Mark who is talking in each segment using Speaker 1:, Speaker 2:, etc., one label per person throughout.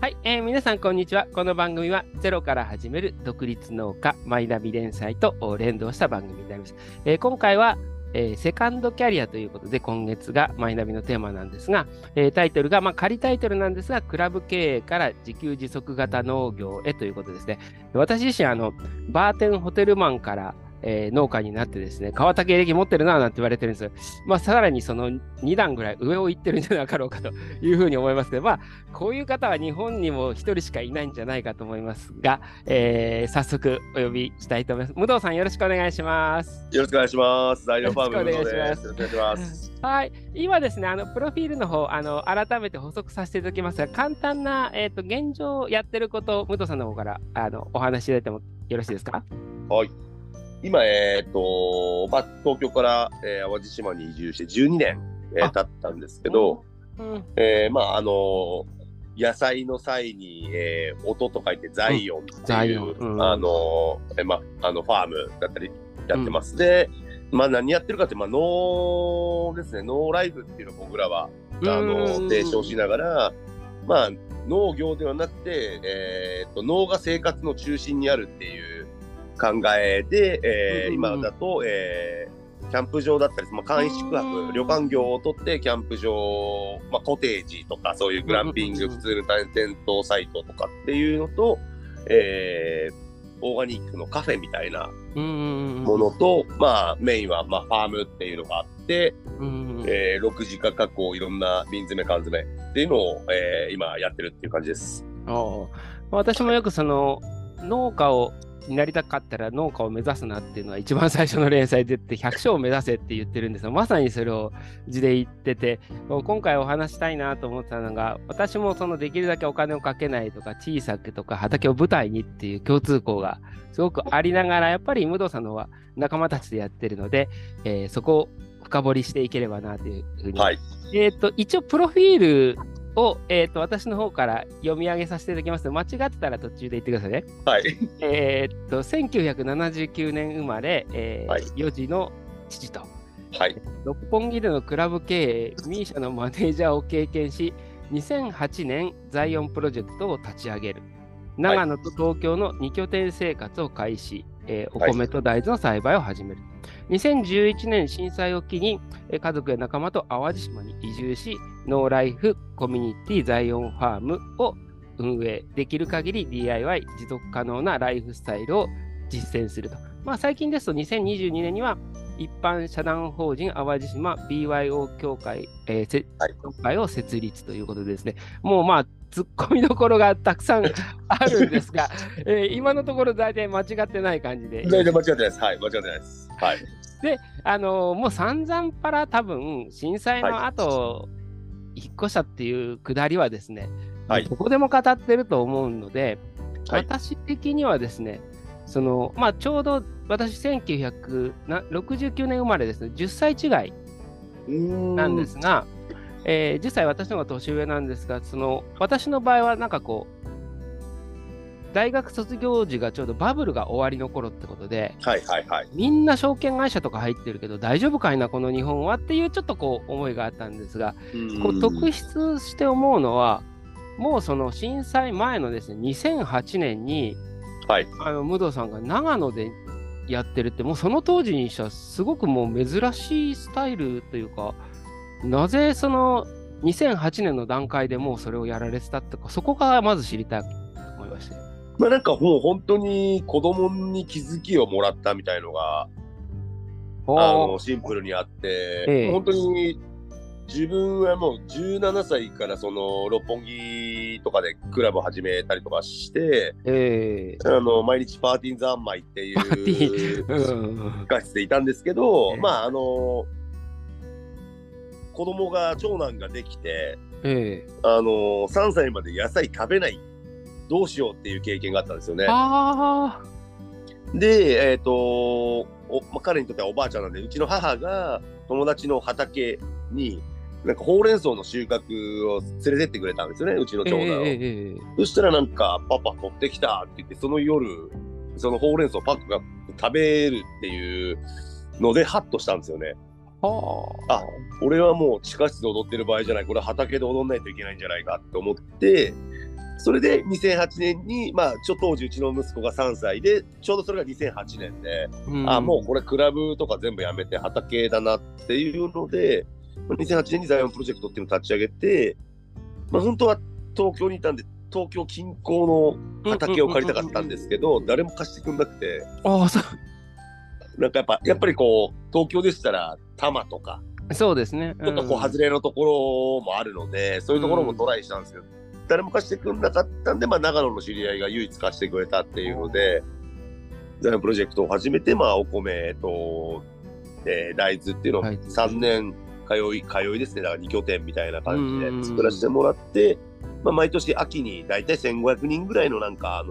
Speaker 1: はい、皆さんこんにちは。この番組はゼロから始める独立農家マイナビ連載と連動した番組になります。今回は、セカンドキャリアということで今月がマイナビのテーマなんですが、タイトルが、仮タイトルなんですが、クラブ経営から自給自足型農業へということですね。私自身バーテンホテルマンから農家になってですね、川竹歴持ってるななんて言われてるんですよ。さらにその2段ぐらい上を行ってるんじゃなかろうかというふうに思いますけど、こういう方は日本にも1人しかいないんじゃないかと思いますが、早速お呼びしたいと思います。武藤さん、よろしくお願いします。
Speaker 2: よろしくお願いします。材料ファーム
Speaker 1: よろしくお願いします。
Speaker 2: よろしくお願いします。
Speaker 1: はい、今ですね、プロフィールの方、改めて補足させていただきますが、簡単な、現状やってることを武藤さんの方からお話しいただいてもよろしいですか？
Speaker 2: はい。今、東京から、淡路島に移住して12年、経ったんですけど、野菜の際に、音と書いて財音っていう、ファームだったりやってます。で、何やってるかって、農ですね、農ライフっていうのを僕らは提唱しながら、農業ではなくて、農が生活の中心にあるっていう考えで、今だと、キャンプ場だったり、簡易宿泊、旅館業を取ってキャンプ場、コテージとかそういうグランピング、普通のテントサイトとかっていうのと、オーガニックのカフェみたいなものと、メインはファームっていうのがあって、6次化加工、いろんな瓶詰め缶詰っていうのを、今やってるっていう感じです。
Speaker 1: 私もよくその農家をになりたかったら農家を目指すなっていうのは一番最初の連載でって100勝を目指せって言ってるんですが、まさにそれを字で言ってて、今回お話したいなと思ったのが、私もそのできるだけお金をかけないとか小さくとか畑を舞台にっていう共通項がすごくありながら、やっぱり武藤さんの方は仲間たちでやってるので、そこを深掘りしていければなというふうに、一応プロフィールを、私の方から読み上げさせていただきます。間違ってたら途中で言ってくださいね。
Speaker 2: はい。
Speaker 1: 1979年生まれ、4児の父と、六本木でのクラブ経営、ミーシャのマネージャーを経験し、2008年財音プロジェクトを立ち上げる。長野と東京の2拠点生活を開始、お米と大豆の栽培を始める。2011年震災を機に家族や仲間と淡路島に移住し、ノーライフコミュニティ財音ファームを運営、できる限り DIY 持続可能なライフスタイルを実践すると。最近ですと2022年には一般社団法人淡路島 BYO 協会、協会を設立ということでですね、もう突っ込みどころがたくさんあるんですが、今のところ大体間違ってない感じで。
Speaker 2: 大体間違ってないです。はい、間違ってないです。はい。
Speaker 1: で、もう散々パラ多分震災の後、引っ越したっていうくだりはですね、どこでも語ってると思うので、私的にはですね、ちょうど私1969年生まれですね、10歳違いなんですが、10歳私の方が年上なんですが、私の場合は大学卒業時がちょうどバブルが終わりの頃ってことで、みんな証券会社とか入ってるけど大丈夫かいなこの日本はっていうちょっと思いがあったんですが、特筆して思うのはもうその震災前のですね2008年に、武藤さんが長野でやってるってもうその当時にしてはすごくもう珍しいスタイルというか、なぜその2008年の段階でもうそれをやられてたってか、そこがまず知りたいと思いまして。
Speaker 2: もう本当に子供に気づきをもらったみたいのがシンプルにあって、本当に自分はもう17歳からその六本木とかでクラブを始めたりとかして、毎日パーティーズ三昧っていう画質でいたんですけど、子供が長男ができて、3歳まで野菜食べないどうしようっていう経験があったんですよね。で、彼にとってはおばあちゃんなんで、うちの母が友達の畑にほうれん草の収穫を連れてってくれたんですよね、うちの長男を。そしたらパパ取ってきたって言って、その夜そのほうれん草パックが食べるっていうのでハッとしたんですよね。俺はもう地下室で踊ってる場合じゃない、これは畑で踊んないといけないんじゃないかって思って、 それで2008年に、まあ、当時うちの息子が3歳で、ちょうどそれが2008年で、もうこれクラブとか全部やめて畑だなっていうので、2008年にザイオンプロジェクトっていうのを立ち上げて、まあ、本当は東京にいたんで、東京近郊の畑を借りたかったんですけど、誰も貸してくんなくて、なんかやっぱりこう、東京でしたら多摩とか、
Speaker 1: そうですね。
Speaker 2: ちょっとこう外れのところもあるので、そういうところもトライしたんですけど、誰も貸してくんなかったんで、まあ、長野の知り合いが唯一貸してくれたっていうので、ザイオンプロジェクトを始めて、まあ、お米と、大豆っていうのを3年通いですね、だから2拠点みたいな感じで作らせてもらって、まあ、毎年秋にだいたい1500人ぐらいのなんか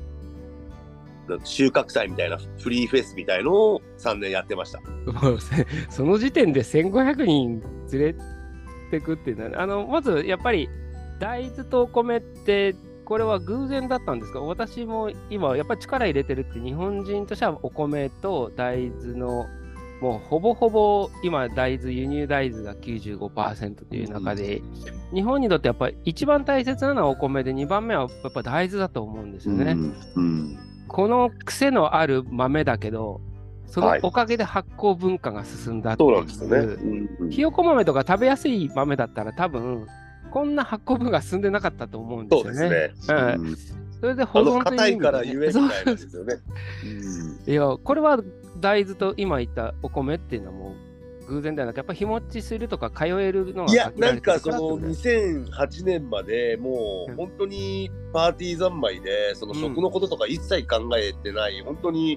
Speaker 2: 収穫祭みたいなフリーフェスみたいのを3年やってました。
Speaker 1: その時点で1500人連れてくっていうのは、まずやっぱり大豆とお米ってこれは偶然だったんですか？私も今やっぱり力入れてるって日本人としてはお米と大豆のもうほぼほぼ今輸入大豆が 95% という中で、日本にとってやっぱり一番大切なのはお米で2番目はやっぱ大豆だと思うんですよね。この癖のある豆だけどそのおかげで発酵文化が進んだっていう、そうなんですよね。ひよこ豆とか食べやすい豆だったら多分こんな発酵文化が進んでなかったと思うんですよね。そうですね。それで保存という意味で、ね、硬いからゆえみたいなんですよね。いや、これは大豆と今言ったお米っていうのはもう偶然ではなく、やっぱり日持ちするとか通えるのが、いや、なんかその
Speaker 2: 2008年までもう本当にパーティー三昧で、その食のこととか一切考えてない、本当に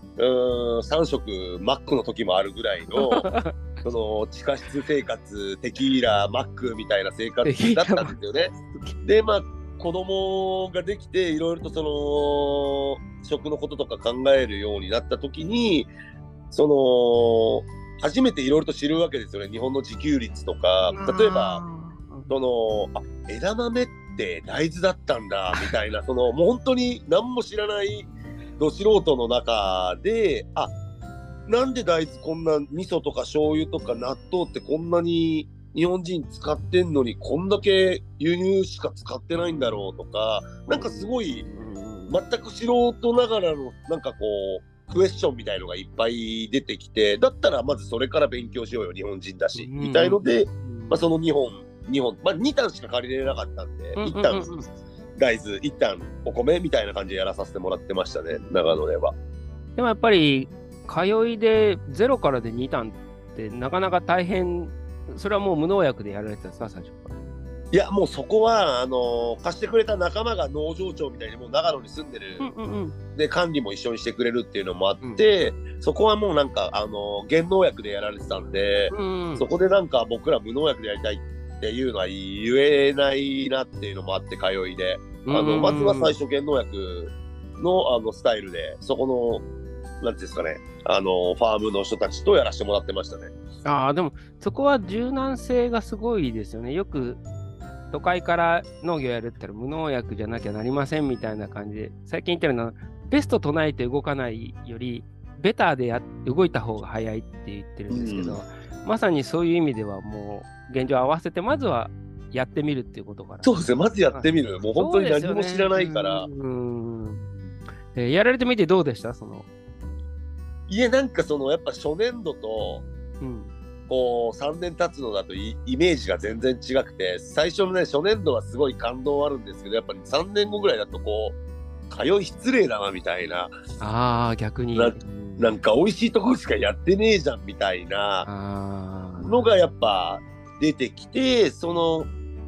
Speaker 2: 3食マックの時もあるぐらいのその地下室生活、テキーラ、マックみたいな生活だったんですよね。で、まあ子供ができていろいろとその食のこととか考えるようになった時に、その初めていろいろと知るわけですよね。日本の自給率とか、例えばその枝豆って大豆だったんだみたいな、そのもう本当に何も知らないど素人の中で、なんで大豆こんな味噌とか醤油とか納豆ってこんなに日本人使ってんのにこんだけ輸入しか使ってないんだろうとか、なんかすごい全く素人ながらのなんかこうクエスチョンみたいのがいっぱい出てきて、だったらまずそれから勉強しようよ日本人だしみたいので、まあ、その2本、まあ、2単しか借りれなかったんで、1単大豆、1単お米みたいな感じでやらさせてもらってましたね、長野では。
Speaker 1: でもやっぱり通いで0からで2単ってなかなか大変。それはもう無農薬でやられてたんですか、最初から？
Speaker 2: いや、もうそこは貸してくれた仲間が農場長みたいにもう長野に住んでる、で管理も一緒にしてくれるっていうのもあって、そこはもうなんか減農薬でやられてたんで、そこでなんか僕ら無農薬でやりたいっていうのは言えないなっていうのもあって、通いでまずは最初減農薬のスタイルで、そこのなんていうんですかね、ファームの人たちとやらせてもらってましたね。
Speaker 1: でもそこは柔軟性がすごいですよね。よく都会から農業やるって言ったら無農薬じゃなきゃなりませんみたいな感じで、最近言ってるのはベスト唱えて動かないよりベターで動いた方が早いって言ってるんですけど、まさにそういう意味ではもう現状合わせてまずはやってみるっていうことから。
Speaker 2: そうですね、まずやってみる。もう本当に何も知らないから。
Speaker 1: やられてみてどうでした？
Speaker 2: いや、なんかそのやっぱ初年度と、こう3年経つのだとイメージが全然違くて、最初のね初年度はすごい感動あるんですけど、やっぱり3年後ぐらいだとこう通い失礼だなみたいな、
Speaker 1: 逆に
Speaker 2: なんか美味しいところしかやってねえじゃんみたいなのがやっぱ出てきて、その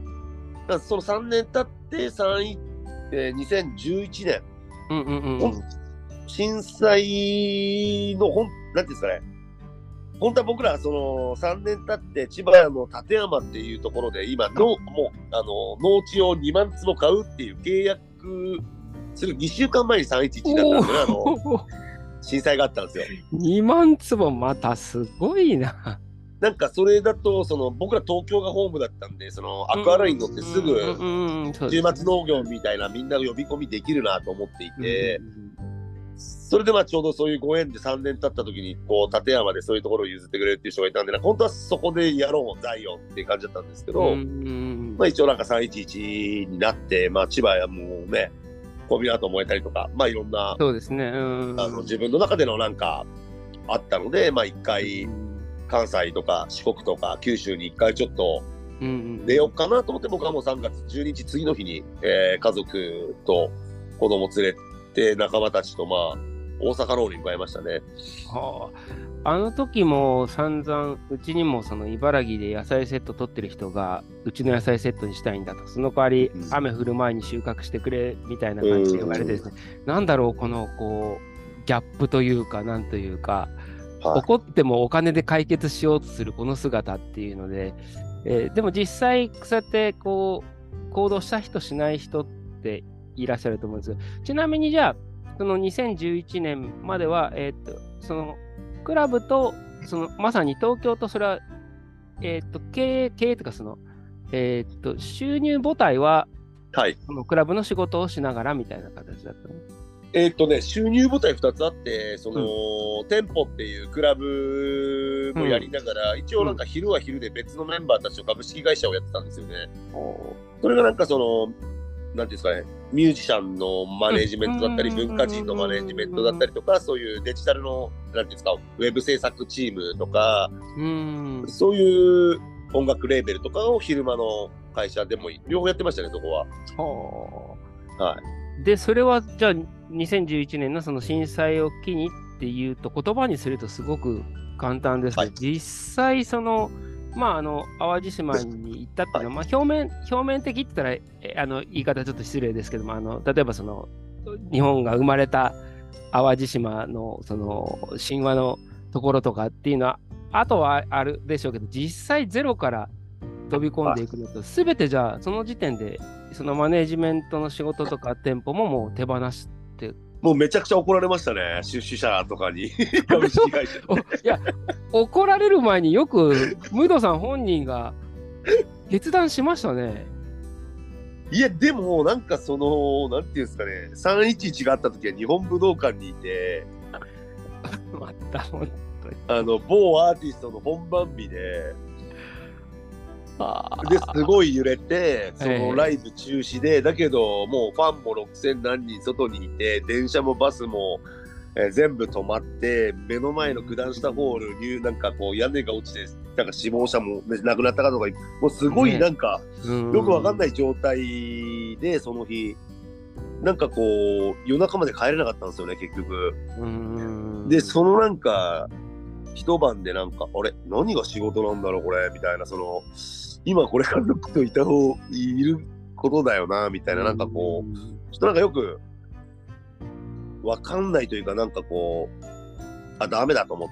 Speaker 2: 3年経って2011年、震災のなんていうんですかね、本当は僕らその3年経って千葉の館山っていうところで今もう農地を2万坪買うっていう契約する2週間前に311だったんでね、震災があったんですよ。
Speaker 1: 2万坪またすごいな。
Speaker 2: なんかそれだとその僕ら東京がホームだったんで、そのアクアライン乗ってすぐ週末農業みたいなみんな呼び込みできるなと思っていて、 それでまあちょうどそういうご縁で3年経った時にこう立山でそういうところを譲ってくれるっていう人がいたんで、本当はそこでやろうザイオンっていう感じだったんですけど、まあ一応なんか311になって、まあ千葉はもうねコンビナート燃えたりとか、まあいろんな
Speaker 1: そうですね、
Speaker 2: 自分の中でのなんかあったので、まあ一回関西とか四国とか九州に一回ちょっと出ようかなと思って、僕はもう3月12日次の日に、家族と子供連れて仲間たちとまあ大阪ローに向かいましたね。
Speaker 1: はあ、あの時も散々うちにもその茨城で野菜セット取ってる人がうちの野菜セットにしたいんだと、その代わり雨降る前に収穫してくれみたいな感じで言われてですね、なんだろうこのこうギャップというかなんというか、怒ってもお金で解決しようとするこの姿っていうので、でも実際そうやってこう行動した人しない人っていらっしゃると思うんですよ。ちなみにじゃあその2011年までは、そのクラブとそのまさに東京とそれは、経営というかその、収入母体は、
Speaker 2: はい、
Speaker 1: そのクラブの仕事をしながらみたいな形だったの？
Speaker 2: 収入母体2つあって、その、店舗っていうクラブもやりながら、一応なんか昼は昼で別のメンバーたちと株式会社をやってたんですよね。それがなんかその、なんていうんですかね、ミュージシャンのマネージメントだったり、文化人のマネージメントだったりとか、そういうデジタルの、なんていうんですか、ウェブ制作チームとか、そういう音楽レーベルとかを昼間の会社でも両方やってましたね、そこは。はい。
Speaker 1: で、それはじゃあ2011年のその震災を機にっていうと、言葉にするとすごく簡単ですけど、実際その、まあ、淡路島に行ったっていうのは、まあ、表面的って言ったら、言い方ちょっと失礼ですけども、例えばその、日本が生まれた淡路島の、その、神話のところとかっていうのは、あとはあるでしょうけど、実際ゼロから飛び込んでいくのと、すべてじゃあ、その時点で、そのマネージメントの仕事とか店舗ももう手放して、
Speaker 2: もうめちゃくちゃ怒られましたね、出資者とかに。株式会社。
Speaker 1: いや、怒られる前によく、ムドさん本人が決断しましたね。
Speaker 2: いや、でも、なんかその、なんていうんですかね、311があった時は日本武道館にいて、
Speaker 1: また、本当
Speaker 2: に。某アーティストの本番日で、ですごい揺れて、そのライブ中止で、だけどもうファンも6000何人外にいて、電車もバスも、全部止まって、目の前の九段下ホールになんかこう屋根が落ちて、なんか死亡者も亡くなった方がもうすごいなんか、よくわかんない状態で、その日、なんかこう夜中まで帰れなかったんですよね、結局。で、そのなんか、一晩でなんか、あれ何が仕事なんだろうこれみたいな、その、今これからの人いることだよな、みたいな、なんかこう、ちょっとなんかよく、わかんないというか、なんかこう、ダメだと思って。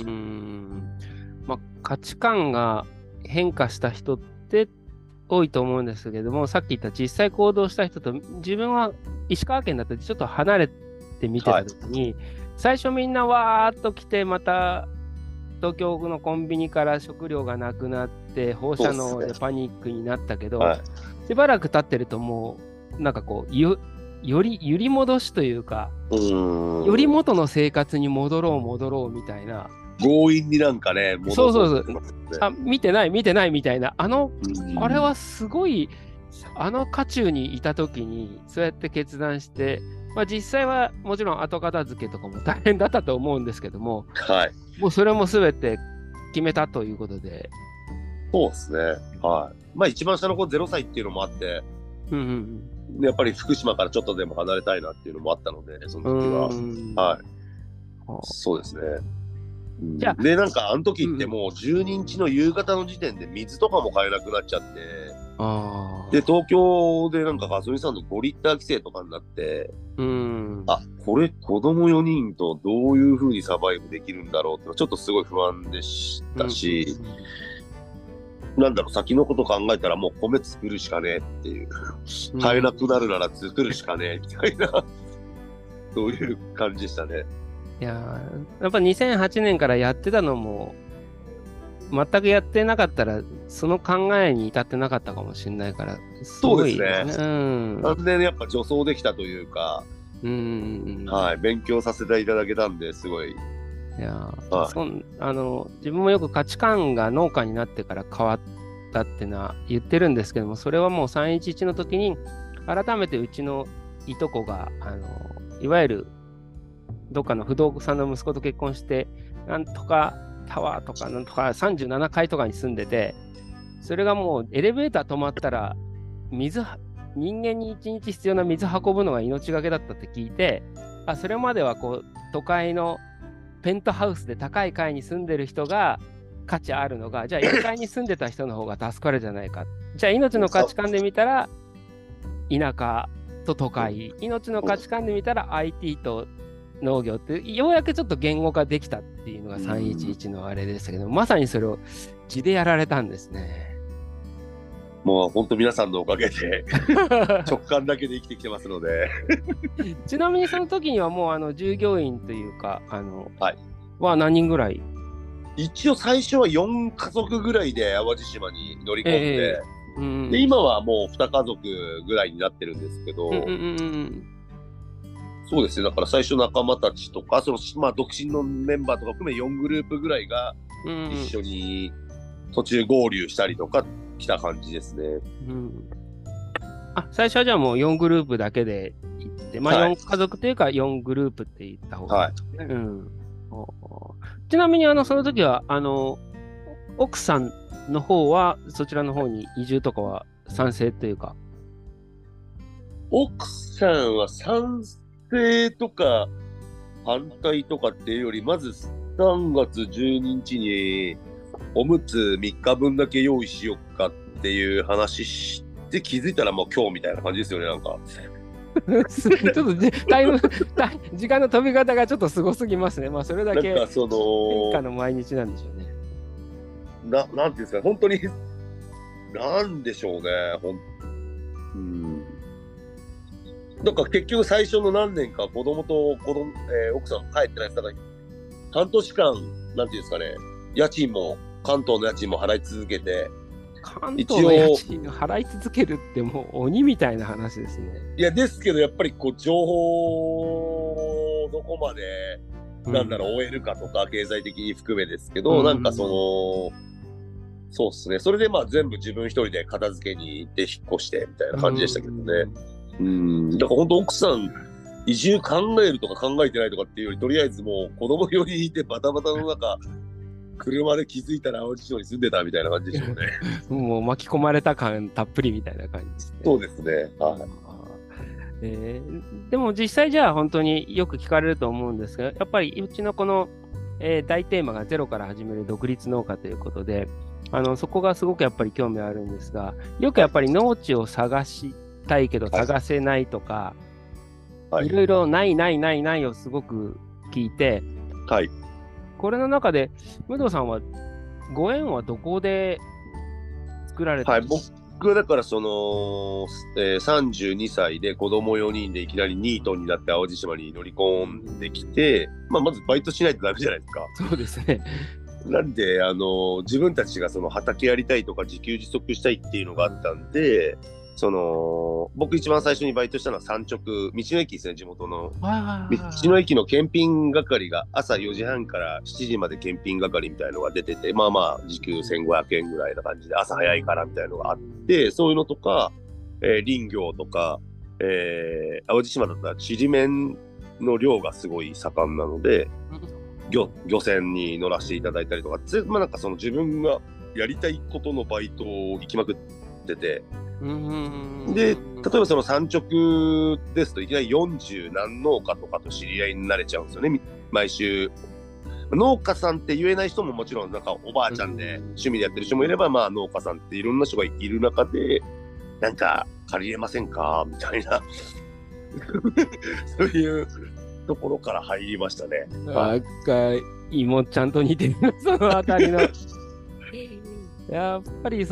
Speaker 1: まあ、価値観が変化した人って多いと思うんですけども、さっき言った実際行動した人と、自分は石川県だったらちょっと離れて見てた時に、最初みんなわーっと来て、また東京のコンビニから食料がなくなって放射能でパニックになったけど、しばらく経ってるともうなんかこう揺り戻しというか、より元の生活に戻ろうみたいな、
Speaker 2: 強引になんかね、
Speaker 1: そう、見てないみたいな、あれはすごい、渦中にいた時にそうやって決断して、まあ、実際はもちろん後片付けとかも大変だったと思うんですけども、もうそれも全て決めたということで。
Speaker 2: そうですね。はい。まあ一番下の子0歳っていうのもあって、やっぱり福島からちょっとでも離れたいなっていうのもあったので、その時は。はい。そうですね。で、なんかあの時ってもう12日の夕方の時点で水とかも買えなくなっちゃって、で、東京でなんかガソリンスタンド5リッター規制とかになって、これ子供4人とどういう風にサバイブできるんだろうってちょっとすごい不安でしたし、なんだろう、先のこと考えたらもう米作るしかねえっていう、買えなくなるなら作るしかねえみたいな、そういう感じでしたね。
Speaker 1: いややっぱ2008年からやってたのも、全くやってなかったら、その考えに至ってなかったかもしれないから、
Speaker 2: そうですね。完全にやっぱ助走できたというか、 はい、勉強させていただけたんで、すごい。
Speaker 1: いや、はい、自分もよく価値観が農家になってから変わったっていうのは言ってるんですけども、それはもう311の時に改めてうちのいとこがいわゆるどっかの不動産の息子と結婚して、なんとかタワーとかなんとか37階とかに住んでて、それがもうエレベーター止まったら人間に1日必要な水運ぶのが命がけだったって聞いて、それまではこう都会のペントハウスで高い階に住んでる人が価値あるのが、じゃあ1階に住んでた人の方が助かるじゃないか。じゃあ命の価値観で見たら田舎と都会、命の価値観で見たら IT と農業って、ようやくちょっと言語化できたっていうのが311のあれでしたけど、まさにそれを地でやられたんですね。
Speaker 2: もう本当皆さんのおかげで直感だけで生きてきてますので
Speaker 1: ちなみにその時にはもう従業員というかは何人ぐらい？
Speaker 2: 一応最初は4家族ぐらいで淡路島に乗り込んで、で今はもう2家族ぐらいになってるんですけど、そうですね、だから最初仲間たちとか独身のメンバーとか含め4グループぐらいが一緒に途中合流したりとか来た感じですね。
Speaker 1: 最初はじゃあもう4グループだけで行って、4家族というか4グループって言った方がいいですね。ちなみにその時は奥さんの方はそちらの方に移住とかは賛成というか？
Speaker 2: 奥さんは賛成とか反対とかっていうより、まず3月12日におむつ3日分だけ用意しよっかっていう話して気づいたらもう今日みたいな感じですよね、なんか。
Speaker 1: ちょっと時間の飛び方がちょっとすごすぎますね。それだけ変化の毎日なんでしょうね。
Speaker 2: なんていうんですか、本当に、なんでしょうね、なんか結局最初の何年か子供と奥さん帰ってない人が半年間、なんていうんですかね、関東の家賃も払い続けて、
Speaker 1: 関東の家賃払い続けるってもう鬼みたいな話ですね。
Speaker 2: いやですけど、やっぱりこう情報をどこまで追えるかとか、経済的に含めですけど、なんかそうですね、それで全部自分一人で片付けに行って引っ越してみたいな感じでしたけどね。だから本当奥さん移住考えるとか考えてないとかっていうより、とりあえずもう子供4人いてバタバタの中車で気づいたら淡路島に住んでたみたいな感じでしょうね。
Speaker 1: もう巻き込まれた感たっぷりみたいな感じですね。
Speaker 2: そうですね。
Speaker 1: でも実際じゃあ本当によく聞かれると思うんですが、やっぱりうちのこの、大テーマがゼロから始める独立農家ということで、そこがすごくやっぱり興味あるんですが、よくやっぱり農地を探したいけど探せないとか、いろいろないをすごく聞いて、これの中で武藤さんはご縁はどこで作られたんですか？
Speaker 2: 僕はだから32歳で子供4人でいきなりニートになって淡路島に乗り込んできて、まずバイトしないとダメじゃないですか。
Speaker 1: そうですね。
Speaker 2: なんで自分たちが畑やりたいとか自給自足したいっていうのがあったんで、僕一番最初にバイトしたのは産直、道の駅ですね、地元の。道の駅の検品係が朝4時半から7時まで検品係みたいなのが出てて、時給1500円ぐらいな感じで朝早いからみたいなのがあって、そういうのとか、林業とか、淡路島だったらちりめんの漁がすごい盛んなので、漁船に乗らせていただいたりとか、なんか自分がやりたいことのバイトを行きまくってて、で、例えば産直ですといきなり40何農家とかと知り合いになれちゃうんですよね、毎週。農家さんって言えない人ももちろんなんかおばあちゃんで趣味でやってる人もいれば、農家さんっていろんな人がいる中で、なんか借りれませんかみたいなそういうところから入りましたね。
Speaker 1: なんか芋ちゃんと似てるそのあたりのやっぱり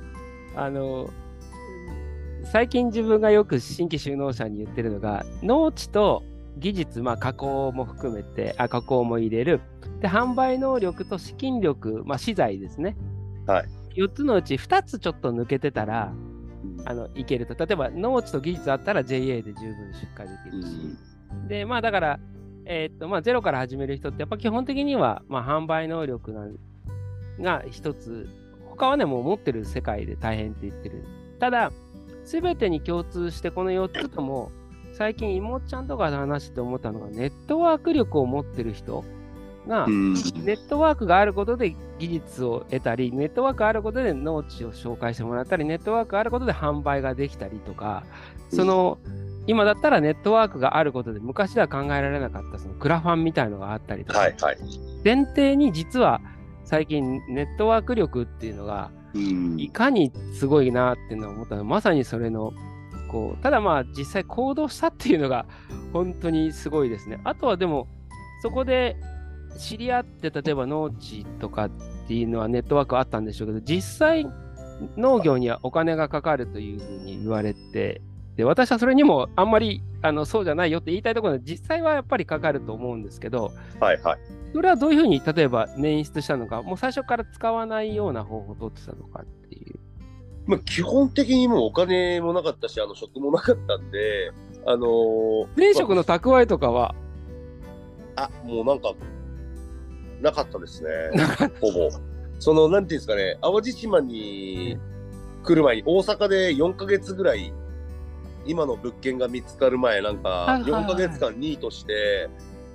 Speaker 1: 最近自分がよく新規就農者に言ってるのが、農地と技術、加工も含めて、加工も入れる。で、販売能力と資金力、資材ですね。4つのうち2つちょっと抜けてたら、いけると。例えば農地と技術あったら JA で十分出荷できるし、 で、まあだから、まあゼロから始める人って、やっぱ基本的には、まあ販売能力が一つ、他はね、もう持ってる世界で大変って言ってる。ただ、すべてに共通して、この4つとも、最近、妹ちゃんとかで話して思ったのが、ネットワーク力を持ってる人が、ネットワークがあることで技術を得たり、ネットワークがあることで農地を紹介してもらったり、ネットワークがあることで販売ができたりとか、今だったらネットワークがあることで、昔では考えられなかったそのクラファンみたいのがあったりとか、前提に実は最近ネットワーク力っていうのが、いかにすごいなっていうのを思ったのは、まさにそれの、ただまあ実際行動したっていうのが本当にすごいですね。あとはでも、そこで知り合って、例えば農地とかっていうのはネットワークあったんでしょうけど、実際農業にはお金がかかるというふうに言われて、で、私はそれにもあんまりそうじゃないよって言いたいところで、実際はやっぱりかかると思うんですけど、それはどういうふうに例えば捻出したのか、もう最初から使わないような方法を取ってたのかっていう。
Speaker 2: まあ、基本的にもうお金もなかったし、職もなかったんで、
Speaker 1: 前職の蓄えとかは、
Speaker 2: もうなんか、なかったですね。ほぼ。なんていうんですかね、淡路島に来る前に大阪で4ヶ月ぐらい、今の物件が見つかる前、なんか、4ヶ月間ニートして、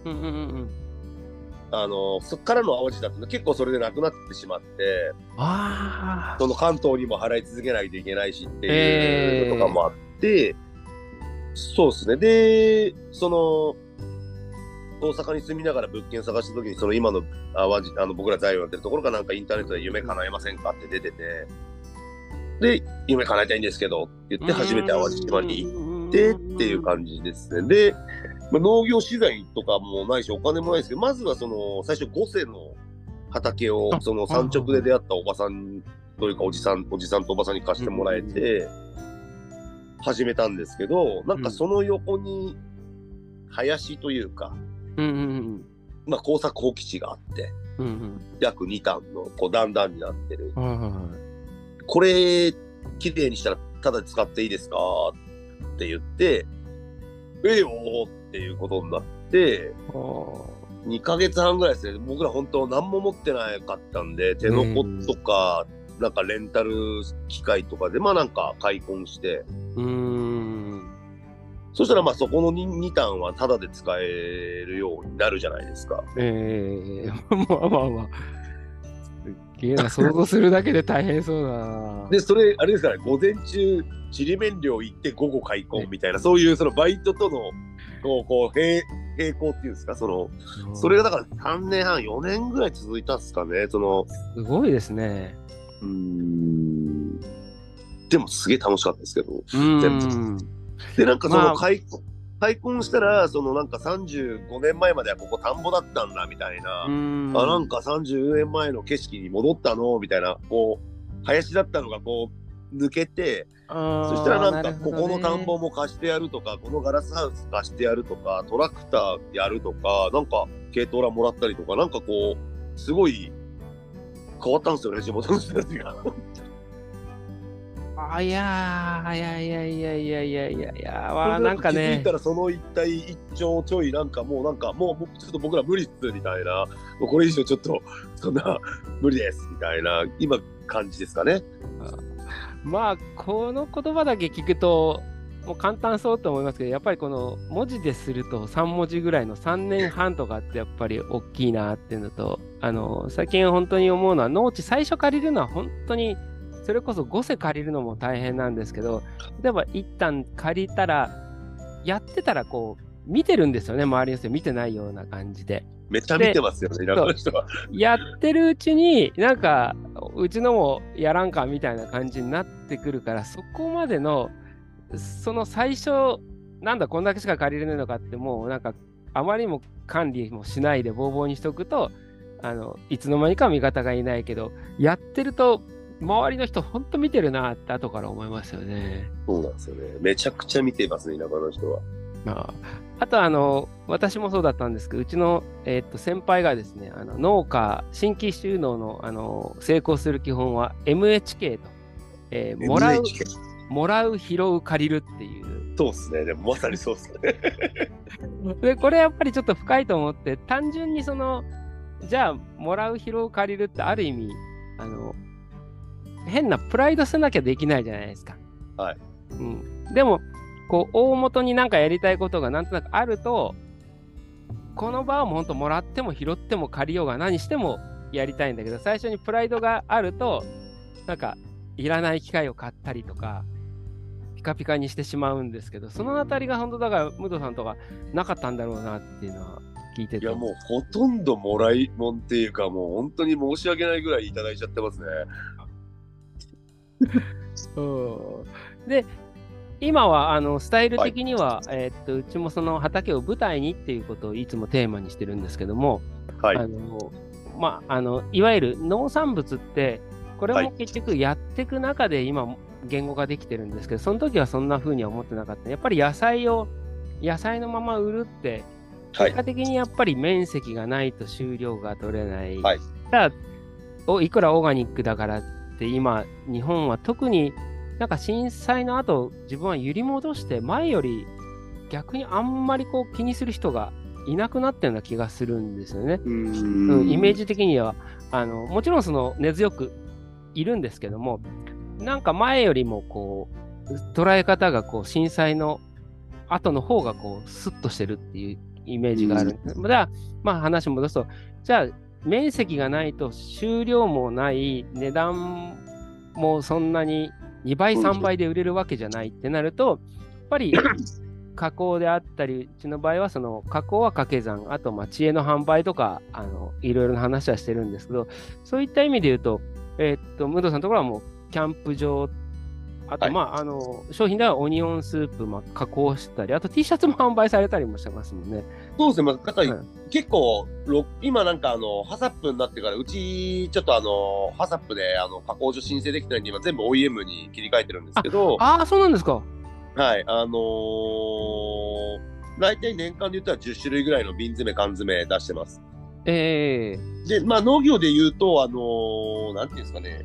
Speaker 2: そっからの淡路だったの結構それでなくなってしまって、その関東にも払い続けないといけないしっていうのとかもあって、そうですね。で、大阪に住みながら物件探した時に、今の淡路、僕ら在をやってるところがなんかインターネットで夢叶えませんかって出てて、で、夢叶えたいんですけどって言って初めて淡路島に行ってっていう感じですね。で、農業資材とかもないしお金もないですけど、まずは最初5世の畑を産直で出会ったおばさんというかおじさんとおばさんに貸してもらえて始めたんですけど、なんかその横に林というか、まあ耕作放棄地があって、約2単の段々になってる。これきれいにしたらただで使っていいですかって言って、よーっていうことになって、2ヶ月半ぐらいですね。僕ら本当何も持ってなかったんで、手のことか、なんかレンタル機械とかで、まあなんか開墾して、そしたらまあそこの 2単はタダで使えるようになるじゃないですか。
Speaker 1: まあまあまあ。すげえな、想像するだけで大変そうだな。
Speaker 2: で、それ、あれですからね、午前中、ちりめん漁行って午後開墾みたいな、そういうバイトとの、並行っていうんですか、それがだから3年半、4年ぐらい続いたんですかね、
Speaker 1: すごいですね。
Speaker 2: でもすげえ楽しかったですけど、全部。で、なんか開墾したら、なんか35年前まではここ田んぼだったんだみたいな、なんか30年前の景色に戻ったのみたいな、林だったのが抜けて、そしたらなんかここの田んぼも貸してやるとか、このガラスハウス貸してやるとか、トラクターやるとか、なんか軽トラもらったりとか、なんかすごい変わったんですよね、地元の人たちが。
Speaker 1: いや、なんかね。
Speaker 2: 気づいたらその一帯一丁ちょい、なんかもうちょっと僕ら無理っすみたいな、もうこれ以上ちょっとそんな無理ですみたいな今感じですかね。
Speaker 1: まあこの言葉だけ聞くともう簡単そうと思いますけど、やっぱりこの文字ですると3文字ぐらいの3年半とかってやっぱり大きいなっていうのと、最近本当に思うのは、農地最初借りるのは本当にそれこそ5世借りるのも大変なんですけど、例えば一旦借りたらやってたら見てるんですよね、周りの人見てないような感じで。
Speaker 2: めっちゃ見てますよね、田舎の人は。
Speaker 1: やってるうちになんかうちのもやらんかみたいな感じになってくるから、そこまでのその最初なんだこんだけしか借りれないのかって、もうなんかあまりにも管理もしないでボーボーにしとくと、いつの間にか味方がいないけど、やってると周りの人ほんと見てるなって後から思いますよね。
Speaker 2: そうなんですよね。めちゃくちゃ見てますね、田舎の人は。
Speaker 1: あと私もそうだったんですけど、うちの、先輩がですね、農家新規収納の、成功する基本は MHK と、もらう拾う借りるっていう
Speaker 2: そうですね。でもまさにそうですね。
Speaker 1: で、これやっぱりちょっと深いと思って、単純にじゃあ、もらう、拾う、借りるってある意味、変なプライド捨てなきゃできないじゃないですか。
Speaker 2: はい。
Speaker 1: うん。でも、大元になんかやりたいことがなんとなくあると、この場はもう本当もらっても拾っても借りようが何してもやりたいんだけど、最初にプライドがあると、なんか、いらない機械を買ったりとか、ピカピカにしてしまうんですけど、そのあたりが本当だから、ムドさんとかなかったんだろうなっていうのは聞いてて。いや、
Speaker 2: もうほとんどもらいもんっていうか、もう本当に申し訳ないぐらいいただいちゃってますね。
Speaker 1: で、今はスタイル的には、うちもその畑を舞台にっていうことをいつもテーマにしてるんですけども、はい、いわゆる農産物って、これも結局やっていく中で今、言語ができてるんですけど、その時はそんな風には思ってなかった。やっぱり野菜のまま売るって、結果的にやっぱり面積がないと収量が取れない。はい、いくらオーガニックだからって今、日本は特になんか震災の後、自分は揺り戻して前より逆にあんまり気にする人がいなくなったような気がするんですよね。イメージ的にはもちろん根強くいるんですけども、なんか前よりも捉え方が震災の後の方がスッとしてるっていうイメージがある。だから話戻すと、じゃあ面積がないと収量もない値段もそんなに2倍3倍で売れるわけじゃないってなると、やっぱり加工であったり、うちの場合は加工は掛け算、あと知恵の販売とかいろいろな話はしてるんですけど、そういった意味で言うと、ムドさんのところはもうキャンプ場、あと商品ではオニオンスープ加工したり、あと T シャツも販売されたりもしてますもんね。
Speaker 2: そうですね、だから結構今なんかハサップになってから、うちちょっとハサップで加工所申請できてないんで、今全部 OEM に切り替えてるんですけど。
Speaker 1: そうなんですか。
Speaker 2: はい、大体年間で言ったら10種類ぐらいの瓶詰め、缶詰出してます。で、農業で言うと、なんていうんですかね、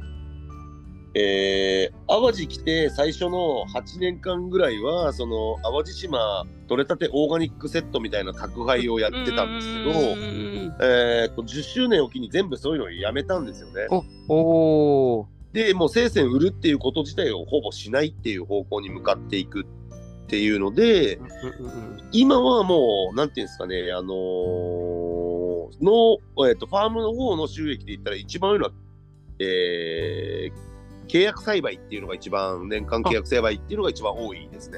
Speaker 2: 淡路来て最初の8年間ぐらいは、淡路島取れたてオーガニックセットみたいな宅配をやってたんですけど、10周年を機に全部そういうのをやめたんですよね。で、もう生鮮売るっていうこと自体をほぼしないっていう方向に向かっていくっていうので、今はもう、なんていうんですかね、ファームの方の収益で言ったら一番多いのは、契約栽培っていうのが一番、年間契約栽培っていうのが一番多いですね。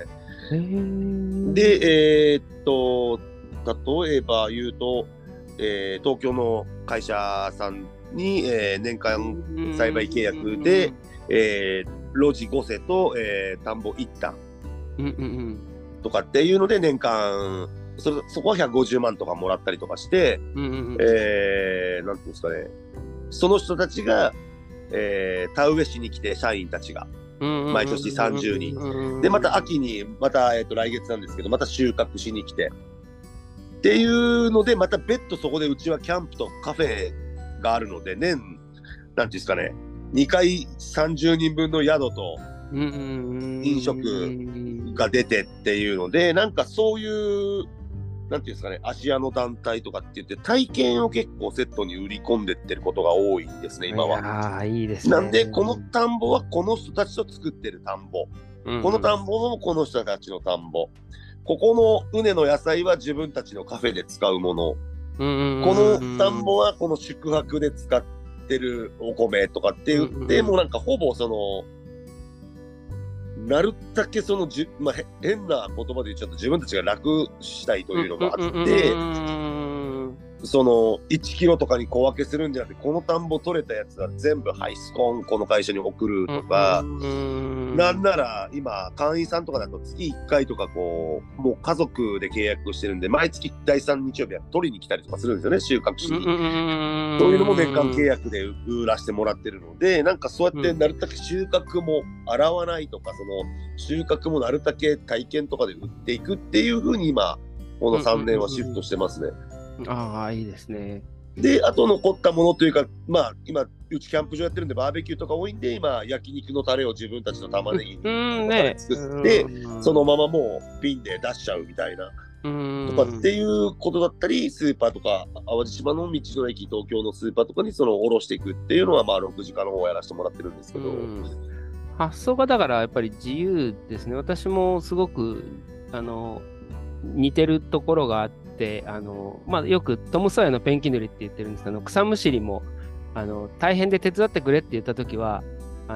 Speaker 2: で、例えば言うと、東京の会社さんに、年間栽培契約で、露地5世と、田んぼ1単とかっていうので年間そこは150万とかもらったりとかして、なんていうんですかね、その人たちが、田植えしに来て、社員たちが毎年30人で、また秋にまた、来月なんですけど、また収穫しに来てっていうので、また別途そこでうちはキャンプとカフェがあるので、年なんていうんですかね、2回30人分の宿と飲食が出てっていうので、なんかそういうなんていうんですかね、芦屋の団体とかって言って体験を結構セットに売り込んでってることが多いんですね、今は。
Speaker 1: いいですね。
Speaker 2: なんでこの田んぼはこの人たちと作ってる田んぼ、この田んぼもこの人たちの田んぼ、ここの畝の野菜は自分たちのカフェで使うもの、この田んぼはこの宿泊で使ってるお米とかって言って、もうなんかほぼなるだけ変な言葉で言っちゃうと自分たちが楽したいというのもあって、1キロとかに小分けするんじゃなくて、この田んぼ取れたやつは全部ハイスコーンこの会社に送るとか、なんなら今会員さんとかだと月1回とかもう家族で契約してるんで、毎月第3日曜日は取りに来たりとかするんですよね、収穫しに。そういうのも年間契約で売らせてもらってるので、なんかそうやってなるだけ収穫も洗わないとか、収穫もなるだけ体験とかで売っていくっていう風に今この3年はシフトしてますね。
Speaker 1: いいですね。
Speaker 2: で、あと残ったものというか、まあ、今、うちキャンプ場やってるんで、バーベキューとか多いんで、今、焼肉のタレを自分たちの玉ねぎに作って、そのままもう瓶で出しちゃうみたいな。とかっていうことだったり、スーパーとか、淡路島の道の駅、東京のスーパーとかにおろしていくっていうのは、まあ、6時間の方をやらせてもらってるんですけど。
Speaker 1: 発想がだからやっぱり自由ですね。私もすごく似てるところがあって、まあ、よくトム・ソーヤのペンキ塗りって言ってるんですけど、草むしりも大変で手伝ってくれって言ったときは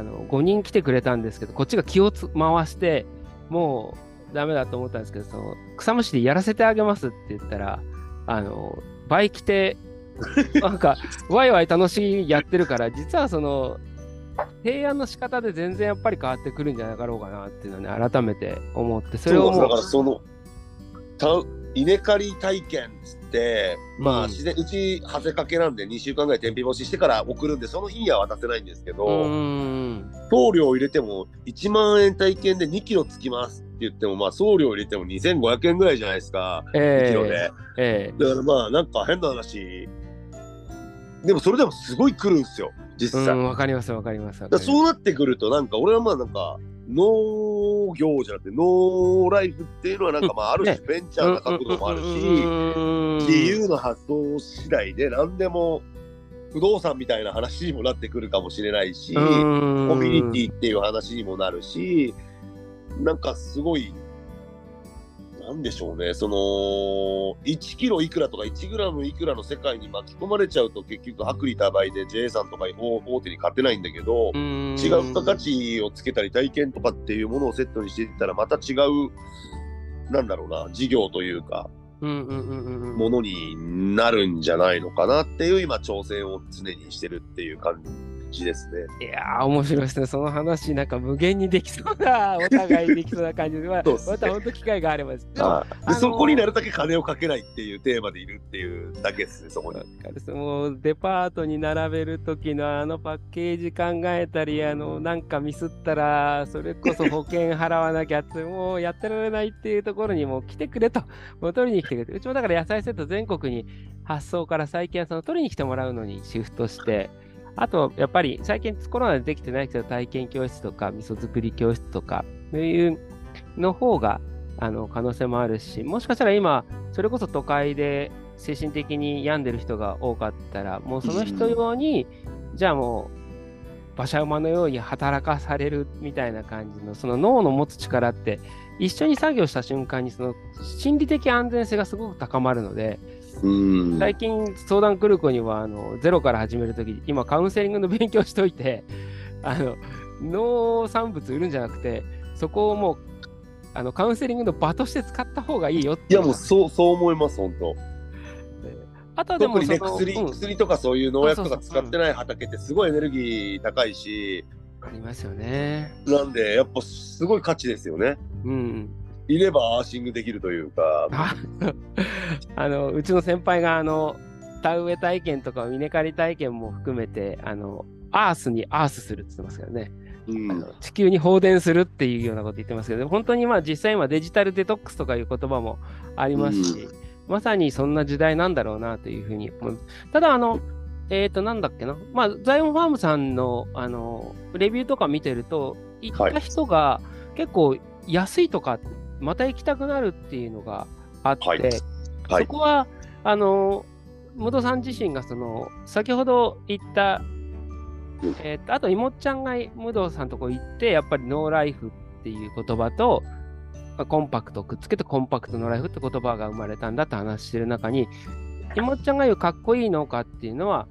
Speaker 1: 5人来てくれたんですけど、こっちが気を回してもうダメだと思ったんですけど、草むしりやらせてあげますって言ったら倍来てなんかワイワイ楽しいやってるから、実は提案の仕方で全然やっぱり変わってくるんじゃなかろうかなっていうのをね、改めて思って、それをもう。だ
Speaker 2: から稲刈り体験っつって、まあ、うちハゼかけなんで2週間ぐらい天日干ししてから送るんで、その日には渡せないんですけど、送料入れても1万円体験で2キロつきますって言っても、まあ、送料入れても2500円ぐらいじゃないですか、2キロで。だからまあ、なんか変な話、でもそれでもすごい来るんですよ、実際。
Speaker 1: わかります、わかります。
Speaker 2: そうなってくると、なんか俺はまあなんか、農業じゃなくてノーライフっていうのはなんかまあある種ベンチャーな角度もあるし、自由な発想次第で何でも不動産みたいな話にもなってくるかもしれないし、コミュニティっていう話にもなるし、なんかすごいなんでしょうね、1キロいくらとか1グラムいくらの世界に巻き込まれちゃうと、結局薄利多売で JA さんとか大手に勝てないんだけど、違う付加価値をつけたり体験とかっていうものをセットにしていったら、また違うなんだろうな、事業というかものになるんじゃないのかなっていう、今挑戦を常にしてるっていう感じですね。
Speaker 1: いやー、面白いですね。その話なんか無限にできそうな、お互いできそうな感じで、また本当機会があればです。
Speaker 2: そこになるだけ金をかけないっていうテーマでいるっていうだけですね、そこに。
Speaker 1: もうデパートに並べる時のパッケージ考えたり、なんかミスったらそれこそ保険払わなきゃってもうやってられないっていうところにもう来てくれと、もう取りに来てくれて、うちもだから野菜セット全国に発送から最近は取りに来てもらうのにシフトして。あと、やっぱり最近コロナでできてないけど、体験教室とか味噌作り教室とかそういうの方が可能性もあるし、もしかしたら今それこそ都会で精神的に病んでる人が多かったら、もうその人用にじゃあもう馬車馬のように働かされるみたいな感じの、その脳の持つ力って一緒に作業した瞬間にその心理的安全性がすごく高まるので、最近相談来る子にはゼロから始めるとき、今カウンセリングの勉強しといて、農産物売るんじゃなくて、そこをもうカウンセリングの場として使った方がいいよって。
Speaker 2: いやもうそう思います、本当。あとはでも特にね、薬とかそういう農薬とか使ってない畑ってすごいエネルギー高いし、
Speaker 1: ありますよね。
Speaker 2: なんでやっぱすごい価値ですよね。いればアーシングできるというか
Speaker 1: うちの先輩が田植え体験とか稲刈り体験も含めてアースにアースするって言ってますけどね、地球に放電するっていうようなこと言ってますけど、本当にまあ実際今デジタルデトックスとかいう言葉もありますし、まさにそんな時代なんだろうなというふうに思う。ただなんだっけな、まあザイオンファームさんのレビューとか見てると、行った人が結構安いとかまた行きたくなるっていうのがあって、そこはムドさん自身が先ほど言った、あといもっちゃんがムドさんとこ行ってやっぱりノーライフっていう言葉と、コンパクトをくっつけてコンパクトノーライフって言葉が生まれたんだって話してる中に、いもっちゃんが言うかっこいい農家っていうのは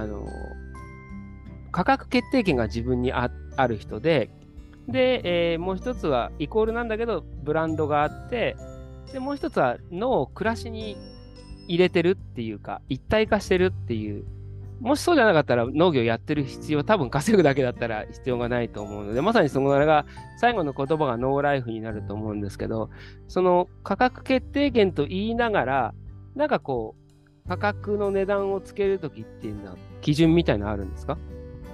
Speaker 1: 価格決定権が自分にある人で、もう一つはイコールなんだけどブランドがあって、でもう一つは脳を暮らしに入れてるっていうか一体化してるっていう、もしそうじゃなかったら農業やってる必要、多分稼ぐだけだったら必要がないと思うので、まさにそのが最後の言葉がノーライフになると思うんですけど、その価格決定権と言いながらなんかこう価格の値段をつけるときっていうのは基準みたいなのあるんですか？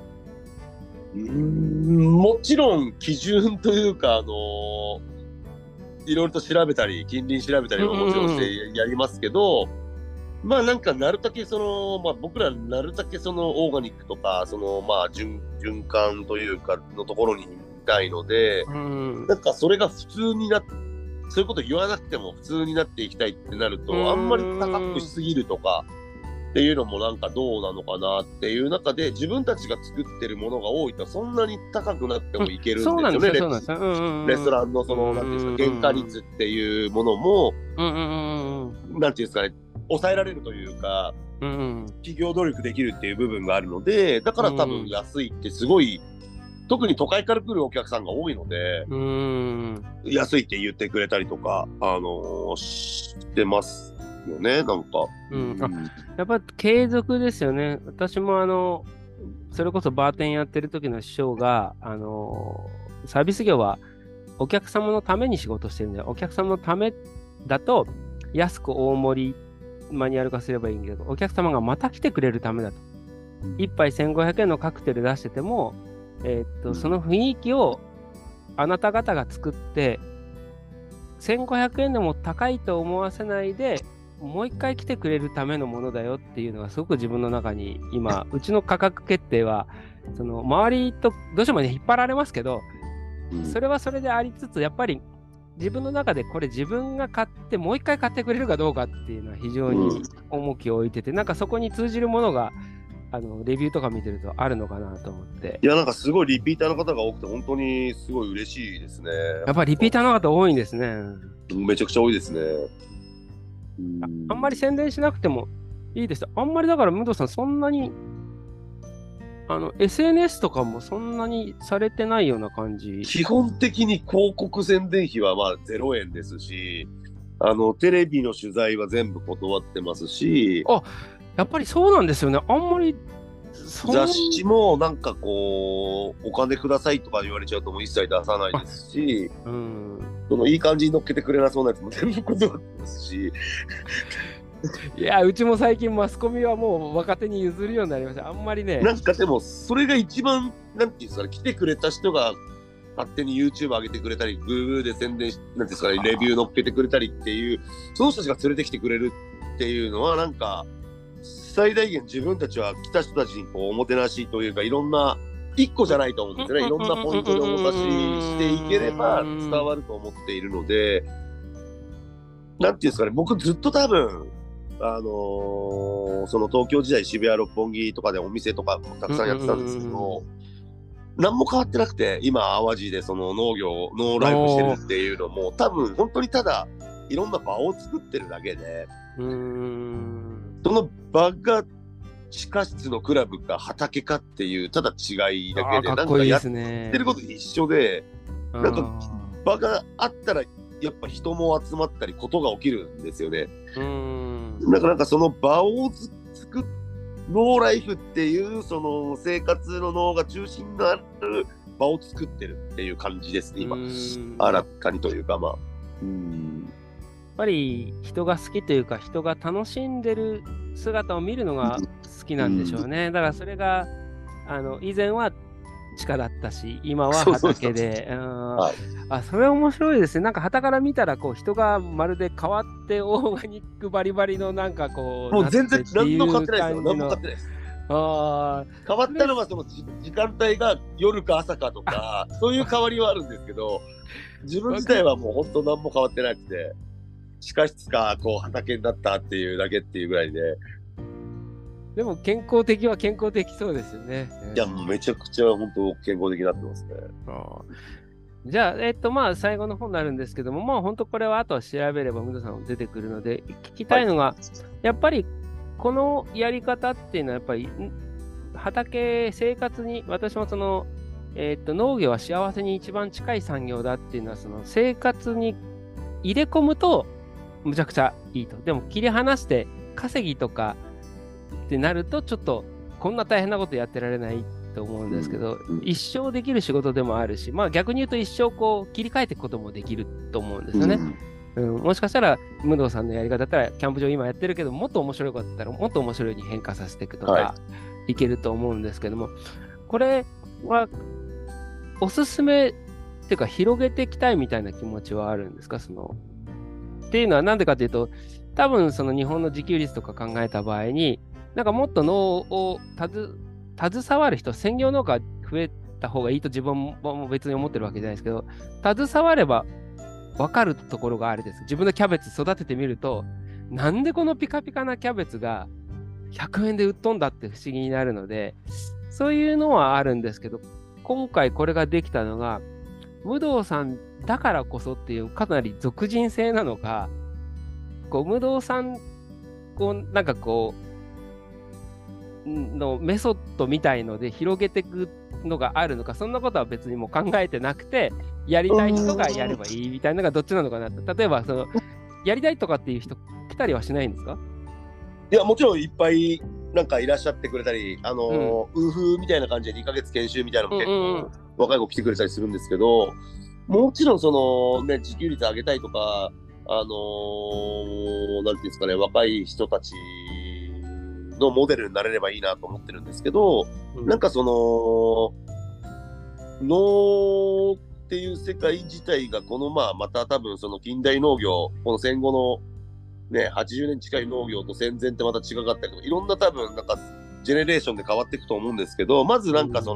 Speaker 2: もちろん基準というかいろいろと調べたり近隣調べたりももちろんしてやりますけど、 まあなんかなるだけ僕らなるだけオーガニックとか循環というかのところにいたいので、なんかそれが普通にそういうこと言わなくても普通になっていきたいってなると、あんまり高くしすぎるとかっていうのもなんかどうなのかなっていう中で、自分たちが作ってるものが多いとそんなに高くなってもいけるんですよね。レストランのなんていうんですか、原価率っていうものも、なんていうんですかね、抑えられるというか、企業努力できるっていう部分があるので、だから多分安いってすごい、特に都会から来るお客さんが多いので、安いって言ってくれたりとか、してますよね、なんか。
Speaker 1: やっぱ継続ですよね。私もそれこそバーテンやってる時の師匠が、サービス業はお客様のために仕事してるんで、お客様のためだと安く大盛りマニュアル化すればいいんだけど、お客様がまた来てくれるためだと。1杯1500円のカクテル出してても、その雰囲気をあなた方が作って、1500円でも高いと思わせないで、もう一回来てくれるためのものだよっていうのがすごく自分の中に今、うちの価格決定は、周りとどうしてもね、引っ張られますけど、それはそれでありつつ、やっぱり自分の中でこれ自分が買ってもう一回買ってくれるかどうかっていうのは非常に重きを置いてて、なんかそこに通じるものがレビューとか見てるとあるのかなと思って。
Speaker 2: いや、なんかすごいリピーターの方が多くて本当にすごい嬉しいですね。
Speaker 1: やっぱりリピーターの方多いんですね。
Speaker 2: めちゃくちゃ多いですね。
Speaker 1: あんまり宣伝しなくてもいいです。あんまりだから武藤さんそんなにSNS とかもそんなにされてないような感じ。
Speaker 2: 基本的に広告宣伝費はまあ0円ですし、テレビの取材は全部断ってますし。
Speaker 1: あ、やっぱりそうなんですよね。あんまり
Speaker 2: 雑誌もなんかこうお金くださいとか言われちゃうともう一切出さないですし、いい感じに乗っけてくれなそうなやつも全部断ってますし。
Speaker 1: いや、うちも最近マスコミはもう若手に譲るようになりました。あんまりね。
Speaker 2: なんかでもそれが一番なんていうんですかね、来てくれた人が勝手に YouTube 上げてくれたり、Google で宣伝なんていうんですかね、レビュー乗っけてくれたりっていう、その人たちが連れてきてくれるっていうのはなんか最大限自分たちは来た人たちにこうおもてなしというか、いろんな1個じゃないと思うんですよね。いろんなポイントでおもてなししていければ伝わると思っているので、なんていうんですかね、僕ずっと多分その東京時代渋谷六本木とかでお店とかもたくさんやってたんですけど、何も変わってなくて、今淡路でそのノーライフしてるっていうのも多分本当にただいろんな場を作ってるだけで、その場が地下室のクラブか畑かっていうただ違いだけで、なんかやってること一緒で、なんか場があったらやっぱ人も集まったりことが起きるんですよね。なんかその場を作っノーライフっていうその生活の脳が中心になる場を作ってるっていう感じですね、今。新たにというか、まあ。や
Speaker 1: っぱり人が好きというか、人が楽しんでる姿を見るのが好きなんでしょうね。だからそれが以前は地下だったし、今は畑で。それは面白いですね。なんか傍から見たらこう人がまるで変わってオーガニックバリバリのなんかこう。
Speaker 2: もう全然何も変わってないですよ。何も変わってないです。変わったのはその時間帯が夜か朝かとか、そういう変わりはあるんですけど、自分自体はもう本当何も変わってなくて、地下室かこう畑になったっていうだけっていうぐらいで。
Speaker 1: でも健康的は健康的そうですよね。
Speaker 2: いや、めちゃくちゃ本当健康的になってますね。
Speaker 1: じゃあ、まあ最後の方になるんですけども、まあ本当これはあとは調べれば武藤さん出てくるので、聞きたいのが、やっぱりこのやり方っていうのはやっぱり畑生活に、私もその、農業は幸せに一番近い産業だっていうのは、その生活に入れ込むとむちゃくちゃいいと。でも切り離して稼ぎとかってなるとちょっとこんな大変なことやってられないと思うんですけど、一生できる仕事でもあるし、まあ逆に言うと一生こう切り替えていくこともできると思うんですよね。もしかしたら武藤さんのやり方だったらキャンプ場今やってるけど、もっと面白かったらもっと面白いに変化させていくとか、いけると思うんですけども、これはおすすめっていうか広げていきたいみたいな気持ちはあるんですか？っていうのはなんでかというと、 多分その日本の自給率とか考えた場合に、なんかもっと農を携わる人、専業農家が増えた方がいいと自分も別に思ってるわけじゃないですけど、携われば分かるところがあるです。自分のキャベツ育ててみると、なんでこのピカピカなキャベツが100円で売っとんだって不思議になるので、そういうのはあるんですけど、今回これができたのが、武藤さんだからこそっていうかなり属人性なのか、武藤さんなんかのメソッドみたいので広げていくのがあるのか、そんなことは別にもう考えてなくて、やりたい人がやればいいみたいなのがどっちなのかなと。例えばやりたいとかっていう人来たりはしないんですか？
Speaker 2: いや、もちろんいっぱいなんかいらっしゃってくれたり、ウーフーみたいな感じで2ヶ月研修みたいなのも結構若い子来てくれたりするんですけど、もちろん自給率上げたいとか、なんていうんですかね、若い人たちのモデルになれればいいなと思ってるんですけど、なんか農っていう世界自体がまた多分近代農業、この戦後のね、80年近い農業と戦前ってまた違かったりとか、いろんな多分なんかジェネレーションで変わっていくと思うんですけど、まずなんか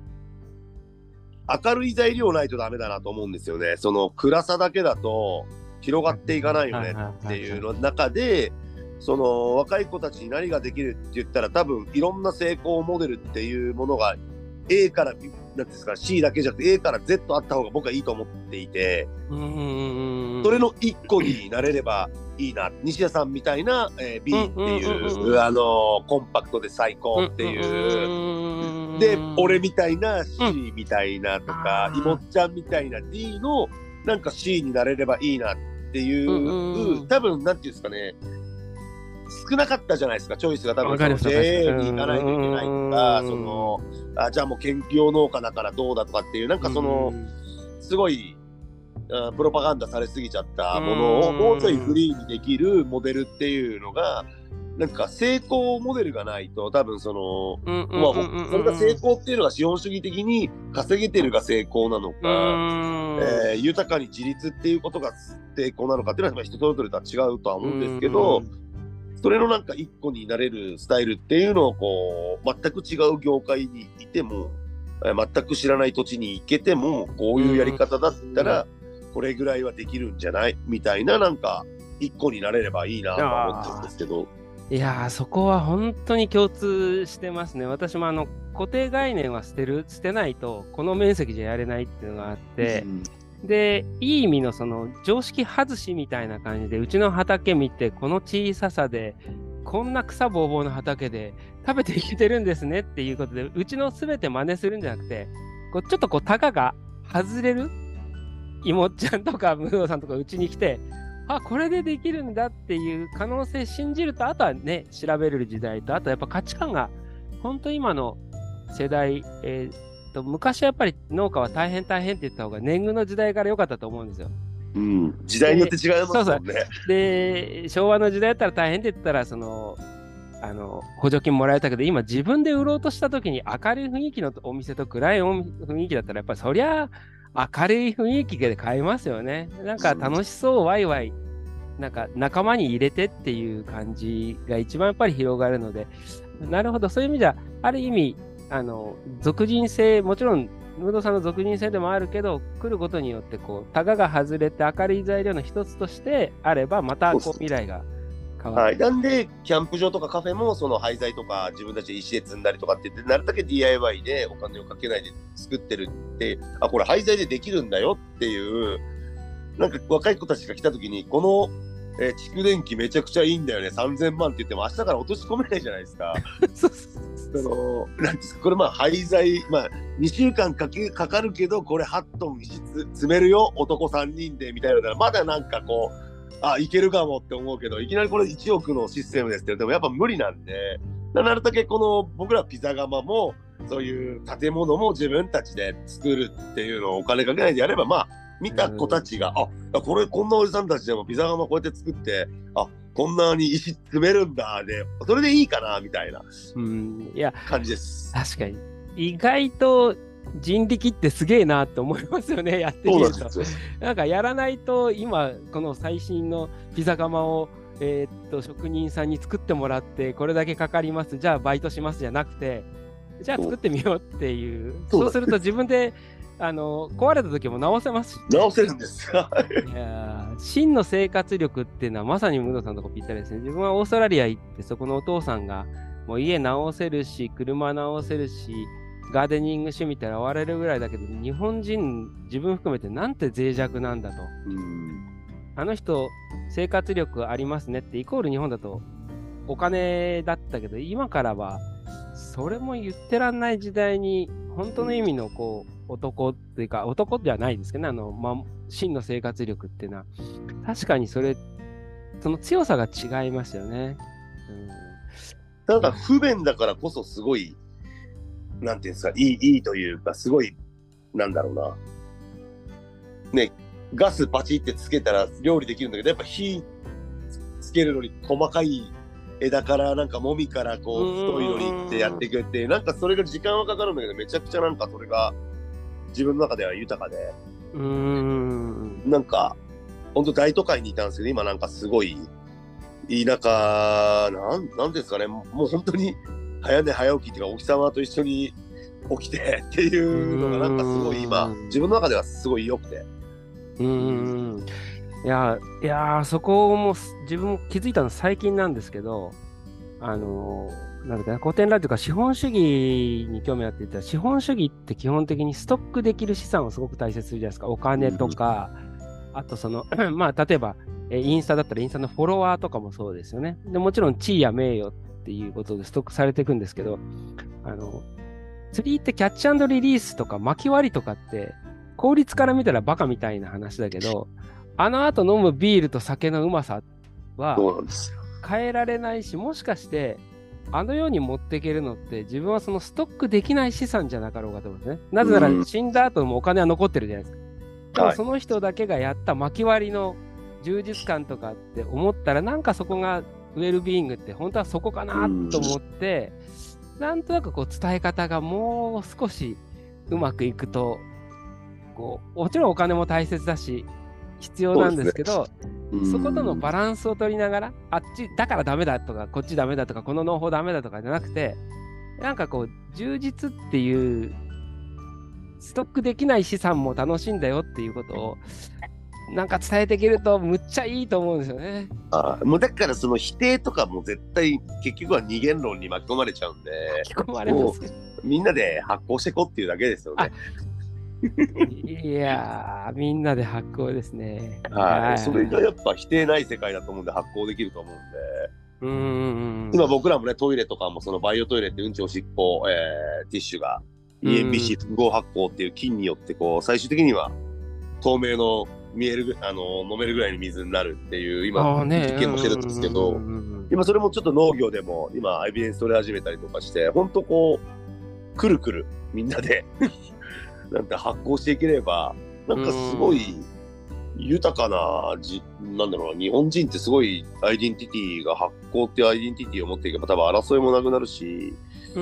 Speaker 2: 明るい材料ないとダメだなと思うんですよね。暗さだけだと広がっていかないよねっていうの中で、若い子たちに何ができるって言ったら、多分いろんな成功モデルっていうものが A からなんですか C だけじゃなくて A から Z あった方が僕はいいと思っていて、それの1個になれればいいな。西田さんみたいな、B っていうコンパクトで最高っていうで、俺みたいな C みたいなとか、いもっちゃんみたいな D のなんか C になれればいいなっていう多分なんていうんですかね、少なかったじゃないですか、チョイスが。多分JA に行かないといけないとか、じゃあもう研究用農家だからどうだとかっていう、なんかすごいプロパガンダされすぎちゃったものをもうちょいフリーにできるモデルっていうのが、なんか成功モデルがないと、多分それが成功っていうのが資本主義的に稼げてるが成功なのか、豊かに自立っていうことが成功なのかっていうのは人それぞれとは違うとは思うんですけど、それのなんか一個になれるスタイルっていうのを全く違う業界にいても、全く知らない土地に行けても、こういうやり方だったらこれぐらいはできるんじゃないみたいな、なんか一個になれればいいなと思ってるんですけど。
Speaker 1: いやー、そこは本当に共通してますね。私も固定概念は捨てないとこの面積じゃやれないっていうのがあって、で、いい意味の常識外しみたいな感じで、うちの畑見て、この小ささで、こんな草ぼうぼうの畑で食べていけてるんですねっていうことで、うちのすべて真似するんじゃなくて、ちょっとタガが外れるいもっちゃんとか武藤さんとかうちに来て、これでできるんだっていう可能性信じると、あとはね、調べる時代と、あとやっぱ価値観が、本当今の世代、昔はやっぱり農家は大変って言った方が年貢の時代から良かったと思うんですよ。
Speaker 2: 時代によって違いますもんね。
Speaker 1: で、昭和の時代だったら大変って言ったら補助金もらえたけど、今自分で売ろうとした時に明るい雰囲気のお店と暗い雰囲気だったら、やっぱりそりゃ明るい雰囲気で買えますよね。なんか楽しそう、ワイワイ、なんか仲間に入れてっていう感じが一番やっぱり広がるので、なるほど、そういう意味ではある意味属人性、もちろんムードさんの属人性でもあるけど、来ることによってタガが外れて明るい材料の一つとしてあれば、また未来が変わる。
Speaker 2: なんでキャンプ場とかカフェも廃材とか自分たちで石で積んだりとかって言って、なるだけ DIY でお金をかけないで作ってるって、これ廃材でできるんだよっていう、なんか若い子たちが来た時に、この蓄電機めちゃくちゃいいんだよね、3000万って言っても明日から落とし込めないじゃないですか。なんですか、これ廃材、2週間かかるけど、これ8トン石積めるよ、男3人でみたいなのまだなんかいけるかもって思うけど、いきなりこれ1億のシステムですって言ってもやっぱ無理なんで、なるだけ僕らピザ窯もそういう建物も自分たちで作るっていうのをお金かけないでやれば、見た子たちが、こんなおじさんたちでもピザ窯こうやって作って、こんなに石積めるんだで、それでいいかなみたいな感じです。
Speaker 1: 確かに意外と人力ってすげえなと思いますよね、やってみると。なんかやらないと、今この最新のピザ窯を職人さんに作ってもらってこれだけかかりますじゃあバイトしますじゃなくて、じゃあ作ってみようっていう、そうすると自分で壊れた時も直せますし、ね、
Speaker 2: 直せるんですい
Speaker 1: や真の生活力っていうのはまさにムドさんのとこぴったりですね。自分はオーストラリア行ってそこのお父さんがもう家直せるし車直せるしガーデニング趣味って現れるぐらいだけど、日本人自分含めてなんて脆弱なんだと。あの人生活力ありますねってイコール日本だとお金だったけど、今からはそれも言ってらんない時代に本当の意味のこう男っていうか、男ではないですけどね、真の生活力っていうのは確かにその強さが違いますよね。
Speaker 2: ただ不便だからこそすごいなんていうんですか、いいというか、すごいなんだろうなね、ガスパチってつけたら料理できるんだけど、やっぱ火つけるのに細かい枝からなんかもみからこう太いのにってやってくれて、なんかそれが時間はかかるんだけど、めちゃくちゃなんかそれが自分の中では豊かで、なんか本当大都会にいたんですけど、今なんかすごい田舎なんですかね、もう本当に早寝早起きっていうか、お日様と一緒に起きてっていうのがなんかすごい今自分の中ではすごい良くて。
Speaker 1: いやそこも自分も気づいたの最近なんですけど、なんだかな、古典ラジオとか資本主義に興味あって言ったら、資本主義って基本的にストックできる資産をすごく大切にするじゃないですか。お金とか、あとまあ例えばインスタだったらインスタのフォロワーとかもそうですよね。でもちろん地位や名誉っていうことでストックされていくんですけど、釣りってキャッチ&リリースとか巻き割りとかって効率から見たらバカみたいな話だけど、あの後飲むビールと酒のうまさは変えられないし、もしかしてあの世に持っていけるのって自分はそのストックできない資産じゃなかろうかと思うんですね。なぜなら死んだ後もお金は残ってるじゃないですか。でもその人だけがやった巻き割りの充実感とかって思ったら、なんかそこがウェルビーイングって本当はそこかなと思って、なんとなくこう伝え方がもう少しうまくいくと、もちろんお金も大切だし必要なんですけど、そことのバランスを取りながら、あっちだからダメだとかこっちダメだとかこの農法ダメだとかじゃなくて、なんかこう充実っていうストックできない資産も楽しいんだよっていうことをなんか伝えていけるとむっちゃいいと思うんですよね。
Speaker 2: もうだからその否定とかも絶対結局は二元論に巻き込まれちゃうんで、
Speaker 1: 巻き込まれます、
Speaker 2: みんなで発行していこうっていうだけですよね。
Speaker 1: いやー、みんなで発行ですね。
Speaker 2: それがやっぱ否定ない世界だと思うんで、発行できると思うんで。今僕らもね、トイレとかもそのバイオトイレってうんちおしっこ、ティッシュが EMBC 複合発酵っていう菌によってこう最終的には透明の見える飲めるぐらいの水になるっていう今実験もしてるんですけど、今それもちょっと農業でも今エビデンス取り始めたりとかして、本当こうくるくるみんなでなんて発酵していければ、なんかすごい豊かななんだろうな、日本人ってすごいアイデンティティが、発酵っていうアイデンティティを持っていけば多分争いもなくなるし、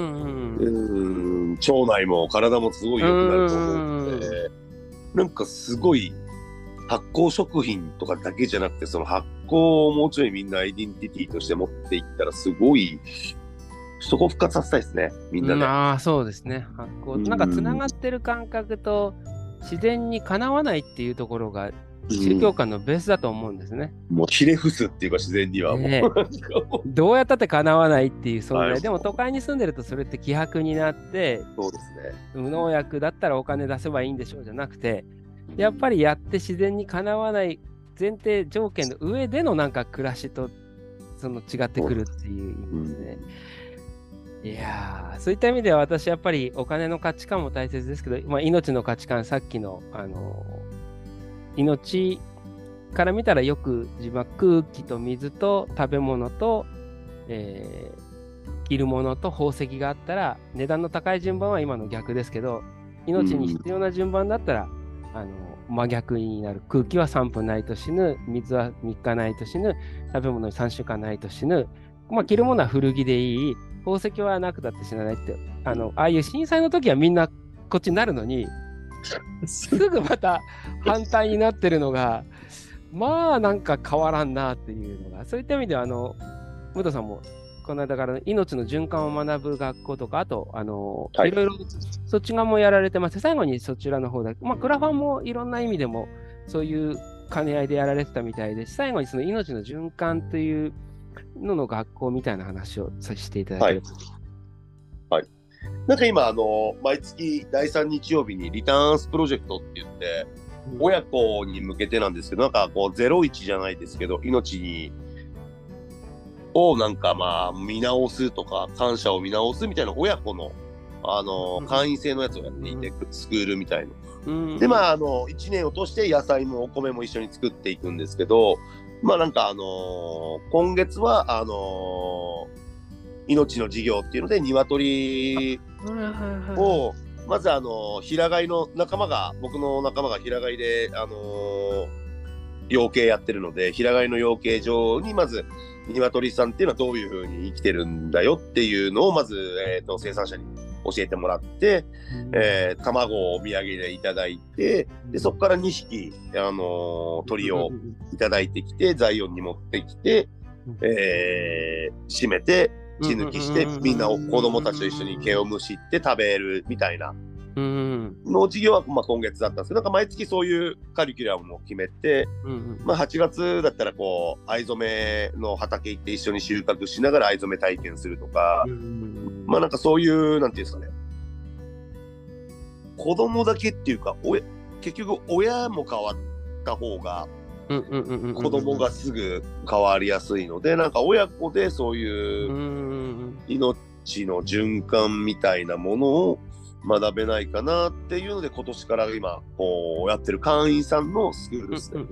Speaker 2: 腸内も体もすごい良くなると思うので、なんかすごい発酵食品とかだけじゃなくて、その発酵をもうちょいみんなアイデンティティとして持っていったらすごいそこを復活させたいですね、みんなで。
Speaker 1: そうですね。発酵なんかつながってる感覚と自然にかなわないっていうところが宗教観のベースだと思うんですね。
Speaker 2: もうひれ伏すっていうか自然にはもう、
Speaker 1: どうやったってかなわないっていう存在、でも都会に住んでるとそれって希薄になって、
Speaker 2: そうですね。
Speaker 1: 無農薬だったらお金出せばいいんでしょうじゃなくて、やっぱりやって自然にかなわない前提条件の上でのなんか暮らしとその違ってくるっていう意味ですね。いやー、そういった意味では私やっぱりお金の価値観も大切ですけど、命の価値観、さっきの命から見たらよく自分は空気と水と食べ物と、着るものと宝石があったら値段の高い順番は今の逆ですけど、命に必要な順番だったら、真逆になる。空気は3分ないと死ぬ、水は3日ないと死ぬ、食べ物に3週間ないと死ぬ、着るものは古着でいい、宝石はなくだって死なないって、ああいう震災の時はみんなこっちになるのに、すぐまた反対になってるのが、 まあなんか変わらんなっていうのが、そういった意味では武藤さんもこの間から命の循環を学ぶ学校とか、あといろいろそっち側もやられてます。最後にそちらの方だけ、まあクラファンもいろんな意味でもそういう兼ね合いでやられてたみたいで、最後にその命の循環というのの学校みたいな話をさせていただければ。
Speaker 2: はい。なんか今毎月第3日曜日にリターンスプロジェクトって言って、親子に向けてなんですけど、なんかこう01じゃないですけど、命をなんかまあ見直すとか、感謝を見直すみたいな親子の会員制のやつをやっていて、スクールみたいな。でまあ1年を通して野菜もお米も一緒に作っていくんですけど、まあなんか今月は命の事業っていうので鶏をまず平飼いの仲間が、僕の仲間が平飼いで養鶏やってるので、平飼いの養鶏場にまず鶏さんっていうのはどういう風に生きてるんだよっていうのをまず、生産者に教えてもらって、卵をお土産でいただいて、でそこから2匹鳥をいただいてきて、財音に持ってきて、締めて血抜きして、みんな子供たちと一緒に毛をむしって食べるみたいなの授業はまあ今月だったんですけど、なんか毎月そういうカリキュラムを決めて、まあ8月だったらこう藍染めの畑行って一緒に収穫しながら藍染め体験するとか、まあなんかそういうなんていうんですかね、子供だけっていうか結局親も変わった方が子供がすぐ変わりやすいので、なんか親子でそういう命の循環みたいなものを学べないかなっていうので、今年から今こうやってる会員さんのスクールですね。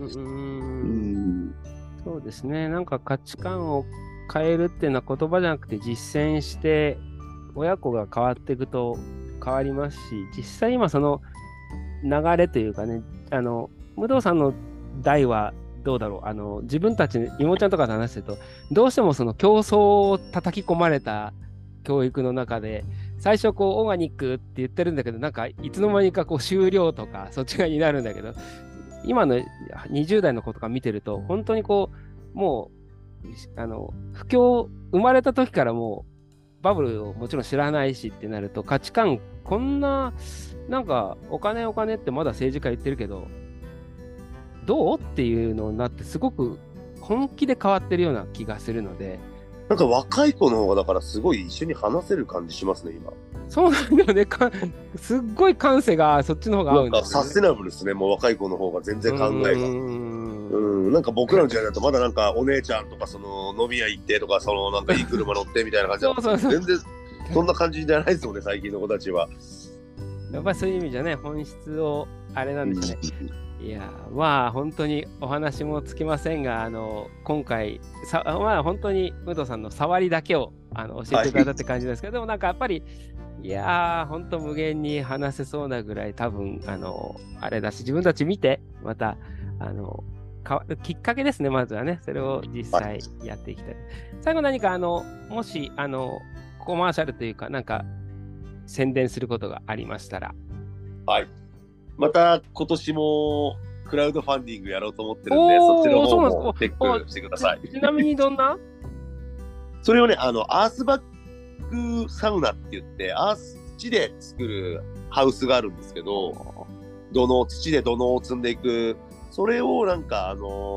Speaker 1: そうですね。なんか価値観を変えるっていうのは言葉じゃなくて実践して親子が変わっていくと変わりますし、実際今その流れというかね、武藤さんの代はどうだろう、自分たち妹ちゃんとかと話してると、どうしてもその競争を叩き込まれた教育の中で、最初こうオーガニックって言ってるんだけど、なんかいつの間にかこう終了とかそっち側になるんだけど、今の20代の子とか見てると、本当にこうもう不況生まれた時からもうバブルをもちろん知らないしってなると、価値観こんななんかお金ってまだ政治家言ってるけどどうっていうのになって、すごく本気で変わってるような気がするので、
Speaker 2: なんか若い子の方がだからすごい一緒に話せる感じしますね今。
Speaker 1: そうなんだよね。すっごい感性がそっちの方が合うんだよね。
Speaker 2: なんかサステナブルですね。もう若い子の方が全然考えが。なんか僕らの時代だとまだなんかお姉ちゃんとかその飲み屋行ってとか、そのなんかいい車乗ってみたいな感じで全然そんな感じじゃないですもんね最近の子たちは。
Speaker 1: やっぱりそういう意味じゃね、本質をあれなんですね。いやまあ本当にお話もつきませんが、今回まあ本当に武藤さんの触りだけを教えていただいたって感じですけど、でもなんかやっぱりいや本当無限に話せそうなぐらい多分あれだし、自分たち見てまたきっかけですね、まずはね、それを実際やっていきたい。最後何かもしコマーシャルというかなんか宣伝することがありましたら。
Speaker 2: はい。また今年もクラウドファンディングやろうと思ってるんで、そっちの方もチェックしてください。
Speaker 1: ちなみにどんな
Speaker 2: それをね、アースバックサウナって言って、土で作るハウスがあるんですけど、土で土のを積んでいく、それをなんか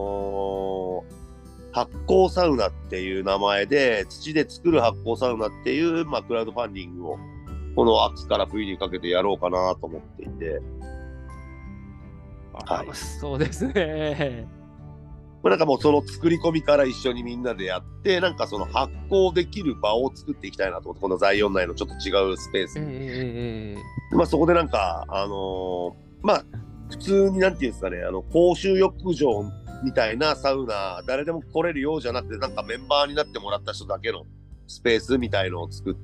Speaker 2: 発酵サウナっていう名前で、土で作る発酵サウナっていう、まあ、クラウドファンディングをこの秋から冬にかけてやろうかなと思っていて。
Speaker 1: はい、そうですね。
Speaker 2: なんかもうその作り込みから一緒にみんなでやって、なんかその発酵できる場を作っていきたいなと思って、この財音内のちょっと違うスペースに。まあそこでなんか、まあ普通になんていうんですかね、公衆浴場みたいなサウナ、誰でも来れるようじゃなくて、なんかメンバーになってもらった人だけのスペースみたいのを作って、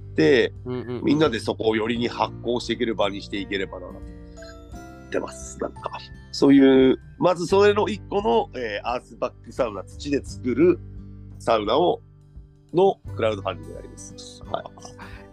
Speaker 2: みんなでそこをよりに発酵していける場にしていければなと。ってます。なんかそういうまずそれの一個の、アースバックサウナ、土で作るサウナのクラウドファンディングになります。はい、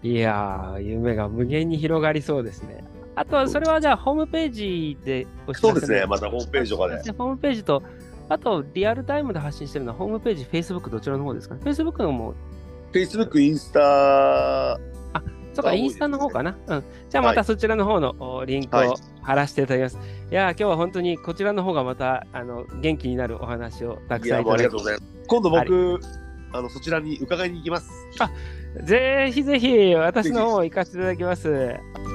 Speaker 1: いやー、夢が無限に広がりそうですね。あとはそれはじゃあホームページで
Speaker 2: お知らせ。そうですね、またホームページとかで。
Speaker 1: ホームページとあと、リアルタイムで発信してるのは、ホームページ、Facebook、どちらの方ですかね。Facebook のも。
Speaker 2: Facebook、インスタ。
Speaker 1: そうか、インスタの方かな。うん。じゃあまたそちらの方のリンクを貼らせていただきます。いや、今日は本当にこちらの方がまた元気になるお話をたくさんいただき
Speaker 2: ありがとうございます。今度僕、そちらに伺いに行きます。
Speaker 1: ぜひぜひ、私の方も行かせていただきます。